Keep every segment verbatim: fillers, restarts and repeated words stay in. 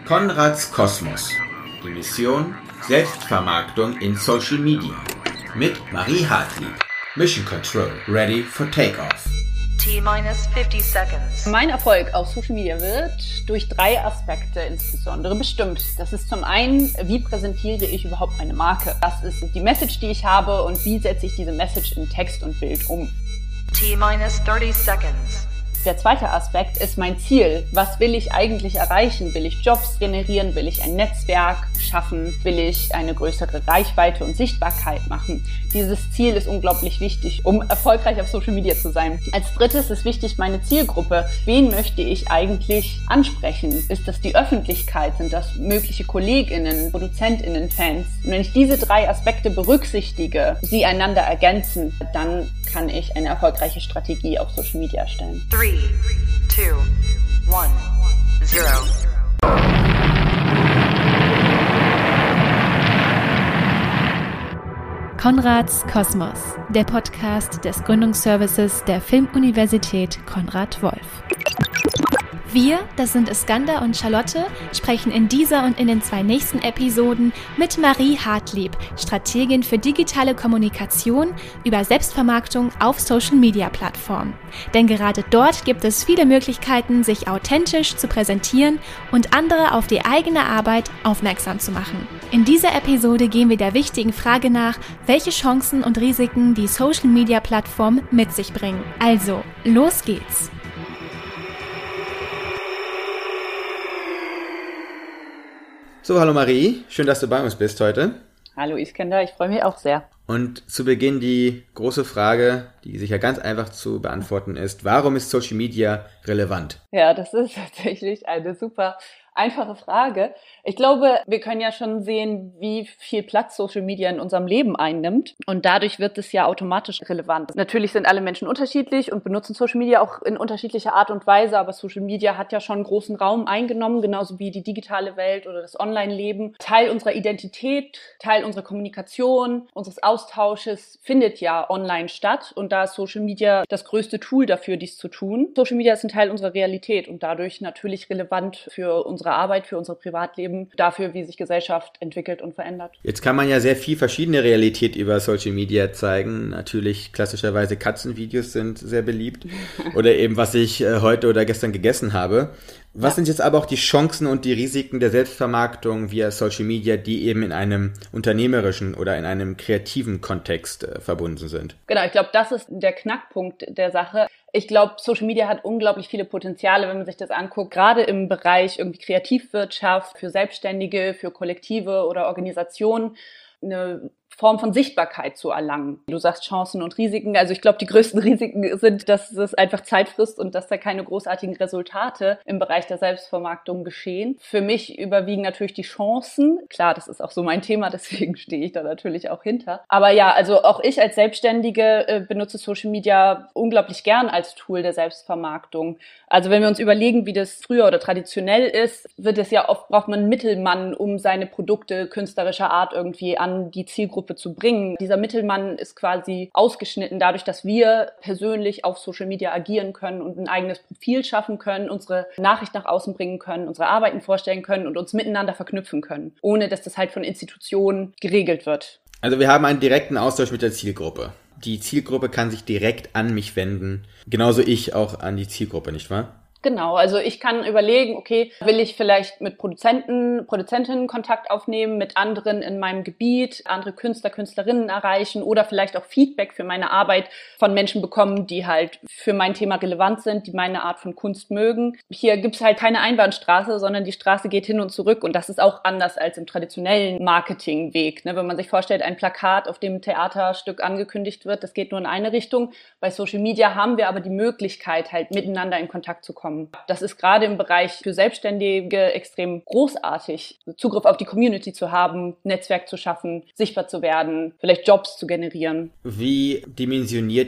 Konrads Kosmos. Die Mission Selbstvermarktung in Social Media. Mit Marie Hartlieb. Mission Control. Ready for Takeoff. T-minus fifty seconds. Mein Erfolg auf Social Media wird durch drei Aspekte insbesondere bestimmt. Das ist zum einen, wie präsentiere ich überhaupt meine Marke? Das ist die Message, die ich habe, und wie setze ich diese Message in Text und Bild um? T-minus thirty seconds. Der zweite Aspekt ist mein Ziel. Was will ich eigentlich erreichen? Will ich Jobs generieren? Will ich ein Netzwerk schaffen? Will ich eine größere Reichweite und Sichtbarkeit machen? Dieses Ziel ist unglaublich wichtig, um erfolgreich auf Social Media zu sein. Als drittes ist wichtig meine Zielgruppe. Wen möchte ich eigentlich ansprechen? Ist das die Öffentlichkeit? Sind das mögliche KollegInnen, ProduzentInnen, Fans? Und wenn ich diese drei Aspekte berücksichtige, sie einander ergänzen, dann kann ich eine erfolgreiche Strategie auf Social Media erstellen. Three, two, one, zero. Konrads Kosmos, der Podcast des Gründungsservices der Filmuniversität Konrad Wolf. Wir, das sind Iskander und Charlotte, sprechen in dieser und in den zwei nächsten Episoden mit Marie Hartlieb, Strategin für digitale Kommunikation, über Selbstvermarktung auf Social-Media-Plattformen. Denn gerade dort gibt es viele Möglichkeiten, sich authentisch zu präsentieren und andere auf die eigene Arbeit aufmerksam zu machen. In dieser Episode gehen wir der wichtigen Frage nach, welche Chancen und Risiken die Social-Media-Plattformen mit sich bringen. Also, los geht's! So, hallo Marie, schön, dass du bei uns bist heute. Hallo Iskander, ich freue mich auch sehr. Und zu Beginn die große Frage, die sicher ganz einfach zu beantworten ist: Warum ist Social Media relevant? Ja, das ist tatsächlich eine super einfache Frage. Ich glaube, wir können ja schon sehen, wie viel Platz Social Media in unserem Leben einnimmt, und dadurch wird es ja automatisch relevant. Natürlich sind alle Menschen unterschiedlich und benutzen Social Media auch in unterschiedlicher Art und Weise, aber Social Media hat ja schon einen großen Raum eingenommen, genauso wie die digitale Welt oder das Online-Leben. Teil unserer Identität, Teil unserer Kommunikation, unseres Austausches findet ja online statt, und da ist Social Media das größte Tool dafür, dies zu tun. Social Media ist ein Teil unserer Realität und dadurch natürlich relevant für unsere Arbeit, für unser Privatleben, dafür, wie sich Gesellschaft entwickelt und verändert. Jetzt kann man ja sehr viel verschiedene Realität über Social Media zeigen. Natürlich klassischerweise Katzenvideos sind sehr beliebt oder eben, was ich äh, heute oder gestern gegessen habe. Was ja. sind jetzt aber auch die Chancen und die Risiken der Selbstvermarktung via Social Media, die eben in einem unternehmerischen oder in einem kreativen Kontext äh, verbunden sind? Genau, ich glaube, das ist der Knackpunkt der Sache. Ich glaube, Social Media hat unglaublich viele Potenziale, wenn man sich das anguckt, gerade im Bereich irgendwie Kreativwirtschaft, für Selbstständige, für Kollektive oder Organisationen, eine Form von Sichtbarkeit zu erlangen. Du sagst Chancen und Risiken. Also ich glaube, die größten Risiken sind, dass es einfach Zeit frisst und dass da keine großartigen Resultate im Bereich der Selbstvermarktung geschehen. Für mich überwiegen natürlich die Chancen. Klar, das ist auch so mein Thema, deswegen stehe ich da natürlich auch hinter. Aber ja, also auch ich als Selbstständige äh, benutze Social Media unglaublich gern als Tool der Selbstvermarktung. Also wenn wir uns überlegen, wie das früher oder traditionell ist, wird es ja oft, braucht man einen Mittelmann, um seine Produkte künstlerischer Art irgendwie an die Zielgruppe zu bringen. Dieser Mittelmann ist quasi ausgeschnitten dadurch, dass wir persönlich auf Social Media agieren können und ein eigenes Profil schaffen können, unsere Nachricht nach außen bringen können, unsere Arbeiten vorstellen können und uns miteinander verknüpfen können, ohne dass das halt von Institutionen geregelt wird. Also wir haben einen direkten Austausch mit der Zielgruppe. Die Zielgruppe kann sich direkt an mich wenden. Genauso ich auch an die Zielgruppe, nicht wahr? Genau, also ich kann überlegen, okay, will ich vielleicht mit Produzenten, Produzentinnen Kontakt aufnehmen, mit anderen in meinem Gebiet, andere Künstler, Künstlerinnen erreichen oder vielleicht auch Feedback für meine Arbeit von Menschen bekommen, die halt für mein Thema relevant sind, die meine Art von Kunst mögen. Hier gibt's halt keine Einbahnstraße, sondern die Straße geht hin und zurück, und das ist auch anders als im traditionellen Marketingweg. Ne? Wenn man sich vorstellt, ein Plakat, auf dem ein Theaterstück angekündigt wird, das geht nur in eine Richtung. Bei Social Media haben wir aber die Möglichkeit, halt miteinander in Kontakt zu kommen. Das ist gerade im Bereich für Selbstständige extrem großartig, Zugriff auf die Community zu haben, Netzwerk zu schaffen, sichtbar zu werden, vielleicht Jobs zu generieren. Wie dimensioniert jetzt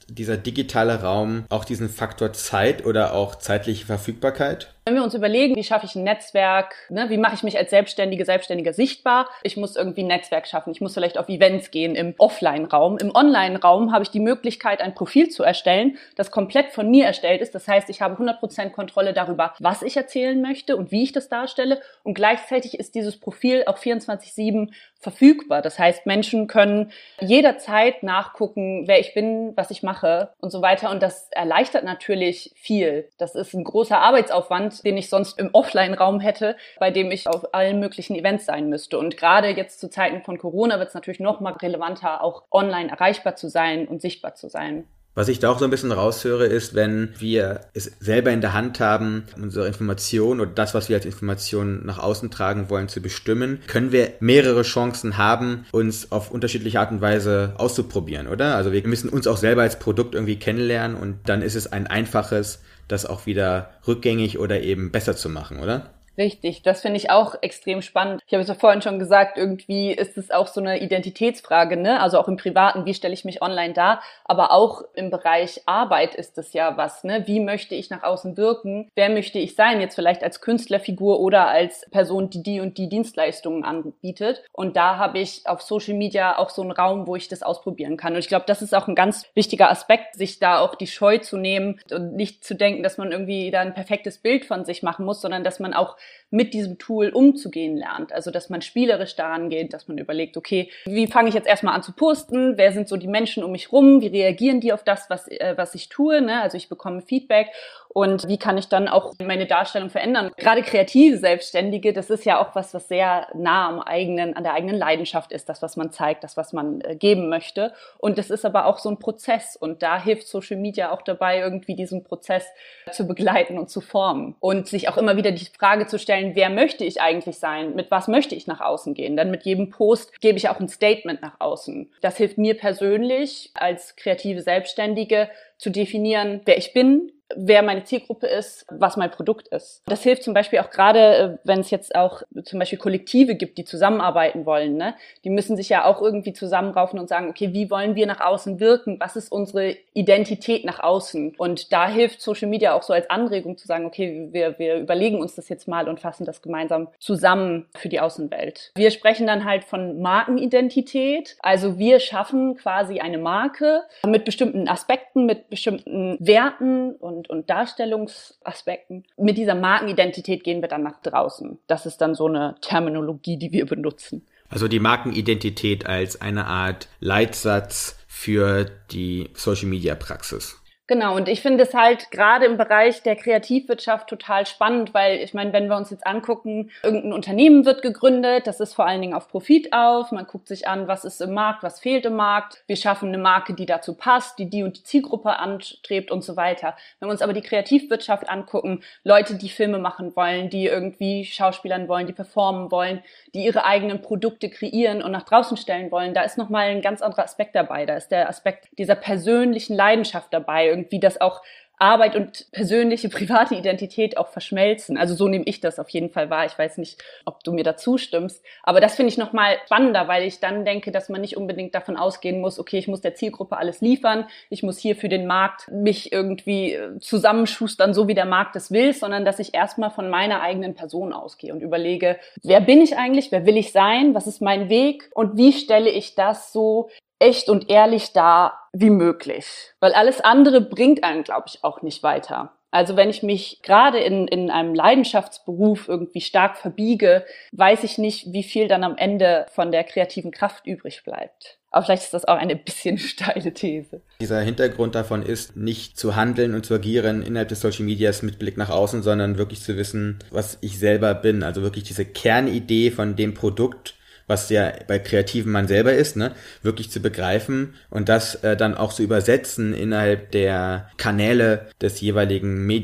dieser digitale Raum auch diesen Faktor Zeit oder auch zeitliche Verfügbarkeit? Wenn wir uns überlegen, wie schaffe ich ein Netzwerk, ne, wie mache ich mich als Selbstständige, Selbstständiger sichtbar? Ich muss irgendwie ein Netzwerk schaffen. Ich muss vielleicht auf Events gehen im Offline-Raum. Im Online-Raum habe ich die Möglichkeit, ein Profil zu erstellen, das komplett von mir erstellt ist. Das heißt, ich habe hundert Prozent Kontrolle darüber, was ich erzählen möchte und wie ich das darstelle. Und gleichzeitig ist dieses Profil auch vierundzwanzig sieben verfügbar. Das heißt, Menschen können jederzeit nachgucken, wer ich bin, was ich mache und so weiter. Und das erleichtert natürlich viel. Das ist ein großer Arbeitsaufwand, den ich sonst im Offline-Raum hätte, bei dem ich auf allen möglichen Events sein müsste. Und gerade jetzt zu Zeiten von Corona wird es natürlich noch mal relevanter, auch online erreichbar zu sein und sichtbar zu sein. Was ich da auch so ein bisschen raushöre, ist, wenn wir es selber in der Hand haben, unsere Information oder das, was wir als Information nach außen tragen wollen, zu bestimmen, können wir mehrere Chancen haben, uns auf unterschiedliche Art und Weise auszuprobieren, oder? Also wir müssen uns auch selber als Produkt irgendwie kennenlernen und dann ist es ein einfaches, das auch wieder rückgängig oder eben besser zu machen, oder? Richtig, das finde ich auch extrem spannend. Ich habe es ja vorhin schon gesagt, irgendwie ist es auch so eine Identitätsfrage, ne? Also auch im Privaten, wie stelle ich mich online dar? Aber auch im Bereich Arbeit ist es ja was, ne? Wie möchte ich nach außen wirken? Wer möchte ich sein? Jetzt vielleicht als Künstlerfigur oder als Person, die die und die Dienstleistungen anbietet. Und da habe ich auf Social Media auch so einen Raum, wo ich das ausprobieren kann. Und ich glaube, das ist auch ein ganz wichtiger Aspekt, sich da auch die Scheu zu nehmen und nicht zu denken, dass man irgendwie da ein perfektes Bild von sich machen muss, sondern dass man auch mit diesem Tool umzugehen lernt. Also, dass man spielerisch daran geht, dass man überlegt, okay, wie fange ich jetzt erstmal an zu posten? Wer sind so die Menschen um mich rum? Wie reagieren die auf das, was, äh, was ich tue? Ne? Also, ich bekomme Feedback. Und wie kann ich dann auch meine Darstellung verändern? Gerade kreative Selbstständige, das ist ja auch was, was sehr nah am eigenen, an der eigenen Leidenschaft ist, das, was man zeigt, das, was man äh, geben möchte. Und das ist aber auch so ein Prozess. Und da hilft Social Media auch dabei, irgendwie diesen Prozess zu begleiten und zu formen. Und sich auch immer wieder die Frage zu stellen, wer möchte ich eigentlich sein? Mit was möchte ich nach außen gehen? Dann mit jedem Post gebe ich auch ein Statement nach außen. Das hilft mir persönlich als kreative Selbstständige zu definieren, wer ich bin, wer meine Zielgruppe ist, was mein Produkt ist. Das hilft zum Beispiel auch gerade, wenn es jetzt auch zum Beispiel Kollektive gibt, die zusammenarbeiten wollen, ne? Die müssen sich ja auch irgendwie zusammenraufen und sagen, okay, wie wollen wir nach außen wirken? Was ist unsere Identität nach außen? Und da hilft Social Media auch so als Anregung zu sagen, okay, wir, wir überlegen uns das jetzt mal und fassen das gemeinsam zusammen für die Außenwelt. Wir sprechen dann halt von Markenidentität. Also wir schaffen quasi eine Marke mit bestimmten Aspekten, mit bestimmten Werten und Und, und Darstellungsaspekten. Mit dieser Markenidentität gehen wir dann nach draußen. Das ist dann so eine Terminologie, die wir benutzen. Also die Markenidentität als eine Art Leitsatz für die Social-Media-Praxis. Genau, und ich finde es halt gerade im Bereich der Kreativwirtschaft total spannend, weil ich meine, wenn wir uns jetzt angucken, irgendein Unternehmen wird gegründet, das ist vor allen Dingen auf Profit auf, man guckt sich an, was ist im Markt, was fehlt im Markt, wir schaffen eine Marke, die dazu passt, die die und die Zielgruppe anstrebt und so weiter. Wenn wir uns aber die Kreativwirtschaft angucken, Leute, die Filme machen wollen, die irgendwie schauspielern wollen, die performen wollen, die ihre eigenen Produkte kreieren und nach draußen stellen wollen, da ist nochmal ein ganz anderer Aspekt dabei, da ist der Aspekt dieser persönlichen Leidenschaft dabei, irgendwie das auch Arbeit und persönliche, private Identität auch verschmelzen. Also so nehme ich das auf jeden Fall wahr. Ich weiß nicht, ob du mir da zustimmst. Aber das finde ich nochmal spannender, weil ich dann denke, dass man nicht unbedingt davon ausgehen muss, okay, ich muss der Zielgruppe alles liefern, ich muss hier für den Markt mich irgendwie zusammenschustern, so wie der Markt es will, sondern dass ich erstmal von meiner eigenen Person ausgehe und überlege, wer bin ich eigentlich, wer will ich sein, was ist mein Weg und wie stelle ich das so echt und ehrlich dar wie möglich. Weil alles andere bringt einen, glaube ich, auch nicht weiter. Also wenn ich mich gerade in, in einem Leidenschaftsberuf irgendwie stark verbiege, weiß ich nicht, wie viel dann am Ende von der kreativen Kraft übrig bleibt. Aber vielleicht ist das auch eine bisschen steile These. Dieser Hintergrund davon ist, nicht zu handeln und zu agieren innerhalb des Social Medias mit Blick nach außen, sondern wirklich zu wissen, was ich selber bin. Also wirklich diese Kernidee von dem Produkt, was ja bei Kreativen man selber ist, ne, wirklich zu begreifen und das äh, dann auch zu übersetzen innerhalb der Kanäle des jeweiligen Mediums.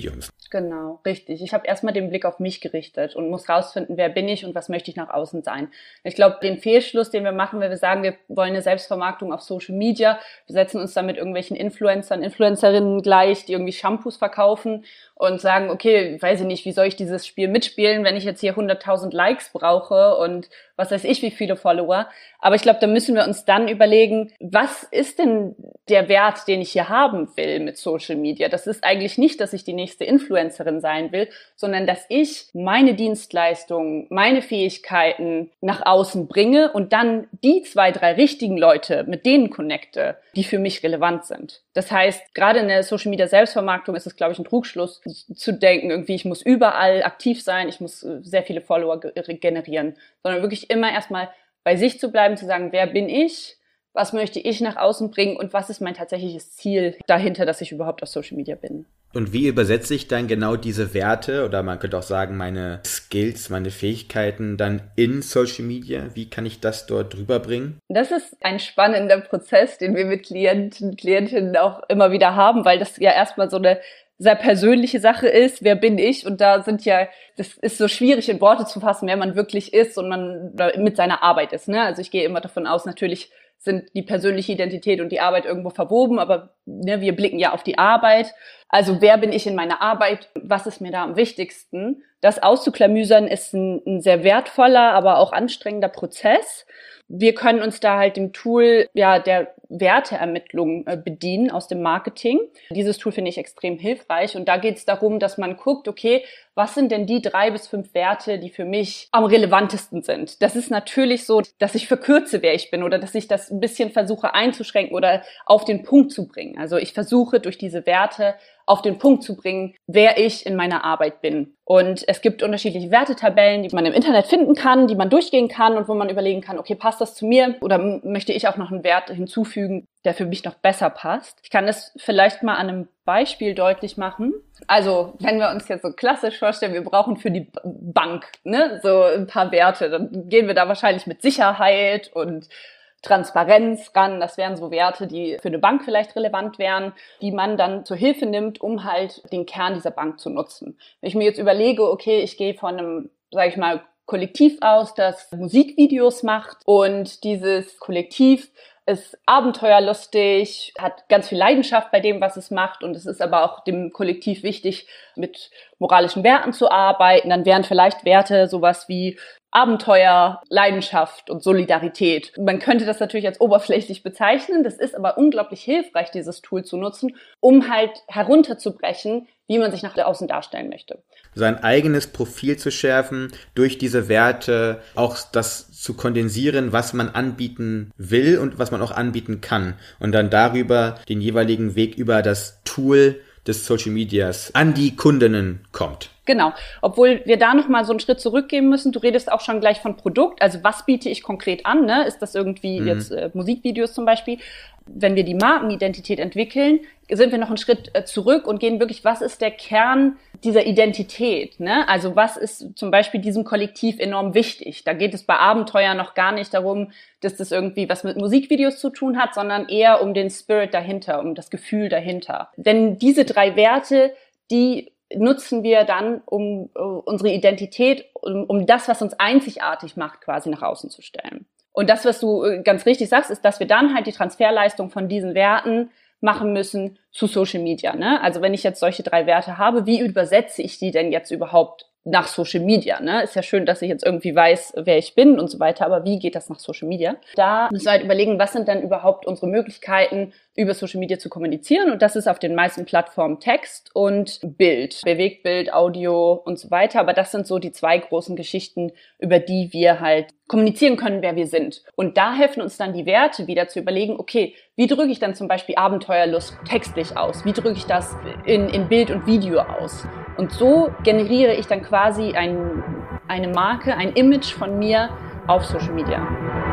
Genau, richtig. Ich habe erstmal den Blick auf mich gerichtet und muss rausfinden, wer bin ich und was möchte ich nach außen sein. Ich glaube, den Fehlschluss, den wir machen, wenn wir sagen, wir wollen eine Selbstvermarktung auf Social Media, wir setzen uns dann mit irgendwelchen Influencern, Influencerinnen gleich, die irgendwie Shampoos verkaufen und sagen, okay, weiß ich nicht, wie soll ich dieses Spiel mitspielen, wenn ich jetzt hier hunderttausend Likes brauche und was weiß ich, wie viele Follower. Aber ich glaube, da müssen wir uns dann überlegen, was ist denn der Wert, den ich hier haben will mit Social Media? Das ist eigentlich nicht, dass ich die nächste Influencerin sein will, sondern dass ich meine Dienstleistungen, meine Fähigkeiten nach außen bringe und dann die zwei, drei richtigen Leute mit denen connecte, die für mich relevant sind. Das heißt, gerade in der Social Media Selbstvermarktung ist es, glaube ich, ein Trugschluss zu denken, irgendwie ich muss überall aktiv sein, ich muss sehr viele Follower generieren, sondern wirklich immer erstmal bei sich zu bleiben, zu sagen, wer bin ich, was möchte ich nach außen bringen und was ist mein tatsächliches Ziel dahinter, dass ich überhaupt auf Social Media bin. Und wie übersetze ich dann genau diese Werte oder man könnte auch sagen, meine Skills, meine Fähigkeiten dann in Social Media? Wie kann ich das dort drüber bringen? Das ist ein spannender Prozess, den wir mit Klienten, Klientinnen auch immer wieder haben, weil das ja erstmal so eine sehr persönliche Sache ist, wer bin ich? Und da sind ja, das ist so schwierig in Worte zu fassen, wer man wirklich ist und man mit seiner Arbeit ist, ne? Also ich gehe immer davon aus, natürlich sind die persönliche Identität und die Arbeit irgendwo verwoben, aber ne, wir blicken ja auf die Arbeit. Also wer bin ich in meiner Arbeit? Was ist mir da am wichtigsten? Das auszuklamüsern ist ein, ein sehr wertvoller, aber auch anstrengender Prozess. Wir können uns da halt dem Tool ja der Werteermittlung äh, bedienen aus dem Marketing. Dieses Tool finde ich extrem hilfreich und da geht es darum, dass man guckt, okay, was sind denn die drei bis fünf Werte, die für mich am relevantesten sind? Das ist natürlich so, dass ich verkürze, wer ich bin oder dass ich das ein bisschen versuche einzuschränken oder auf den Punkt zu bringen. Also ich versuche durch diese Werte auf den Punkt zu bringen, wer ich in meiner Arbeit bin. Und es gibt unterschiedliche Wertetabellen, die man im Internet finden kann, die man durchgehen kann und wo man überlegen kann, okay, passt das zu mir oder m- möchte ich auch noch einen Wert hinzufügen, der für mich noch besser passt. Ich kann das vielleicht mal an einem Beispiel deutlich machen. Also, wenn wir uns jetzt so klassisch vorstellen, wir brauchen für die Bank, ne, so ein paar Werte, dann gehen wir da wahrscheinlich mit Sicherheit und Transparenz ran. Das wären so Werte, die für eine Bank vielleicht relevant wären, die man dann zur Hilfe nimmt, um halt den Kern dieser Bank zu nutzen. Wenn ich mir jetzt überlege, okay, ich gehe von einem, sage ich mal, Kollektiv aus, das Musikvideos macht und dieses Kollektiv ist abenteuerlustig, hat ganz viel Leidenschaft bei dem, was es macht und es ist aber auch dem Kollektiv wichtig, mit moralischen Werten zu arbeiten, dann wären vielleicht Werte sowas wie Abenteuer, Leidenschaft und Solidarität. Man könnte das natürlich als oberflächlich bezeichnen, das ist aber unglaublich hilfreich, dieses Tool zu nutzen, um halt herunterzubrechen, wie man sich nach außen darstellen möchte. Sein eigenes Profil zu schärfen, durch diese Werte auch das zu kondensieren, was man anbieten will und was man auch anbieten kann. Und dann darüber den jeweiligen Weg über das Tool des Social Medias an die Kundinnen kommt. Genau, obwohl wir da nochmal so einen Schritt zurückgehen müssen. Du redest auch schon gleich von Produkt, also was biete ich konkret an, ne? Ist das irgendwie mhm. jetzt äh, Musikvideos zum Beispiel? Wenn wir die Markenidentität entwickeln, sind wir noch einen Schritt äh, zurück und gehen wirklich, was ist der Kern dieser Identität, ne? Also was ist zum Beispiel diesem Kollektiv enorm wichtig? Da geht es bei Abenteuer noch gar nicht darum, dass das irgendwie was mit Musikvideos zu tun hat, sondern eher um den Spirit dahinter, um das Gefühl dahinter. Denn diese drei Werte, die nutzen wir dann, um uh, unsere Identität, um, um das, was uns einzigartig macht, quasi nach außen zu stellen. Und das, was du uh, ganz richtig sagst, ist, dass wir dann halt die Transferleistung von diesen Werten machen müssen zu Social Media, ne? Also wenn ich jetzt solche drei Werte habe, wie übersetze ich die denn jetzt überhaupt nach Social Media, ne? Ist ja schön, dass ich jetzt irgendwie weiß, wer ich bin und so weiter, aber wie geht das nach Social Media? Da müssen wir halt überlegen, was sind denn überhaupt unsere Möglichkeiten, über Social Media zu kommunizieren, und das ist auf den meisten Plattformen Text und Bild, Bewegtbild, Audio und so weiter, aber das sind so die zwei großen Geschichten, über die wir halt kommunizieren können, wer wir sind. Und da helfen uns dann die Werte wieder zu überlegen, okay, wie drücke ich dann zum Beispiel Abenteuerlust textlich aus? Wie drücke ich das in, in Bild und Video aus? Und so generiere ich dann quasi ein, eine Marke, ein Image von mir auf Social Media.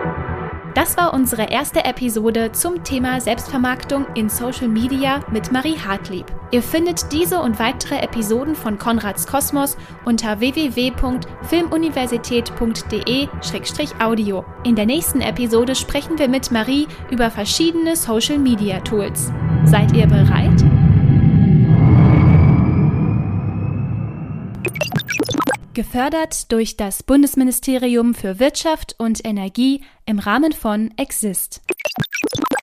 Das war unsere erste Episode zum Thema Selbstvermarktung in Social Media mit Marie Hartlieb. Ihr findet diese und weitere Episoden von Konrads Kosmos unter w w w punkt filmuniversität punkt d e slash audio. In der nächsten Episode sprechen wir mit Marie über verschiedene Social Media Tools. Seid ihr bereit? Gefördert durch das Bundesministerium für Wirtschaft und Energie im Rahmen von Exist.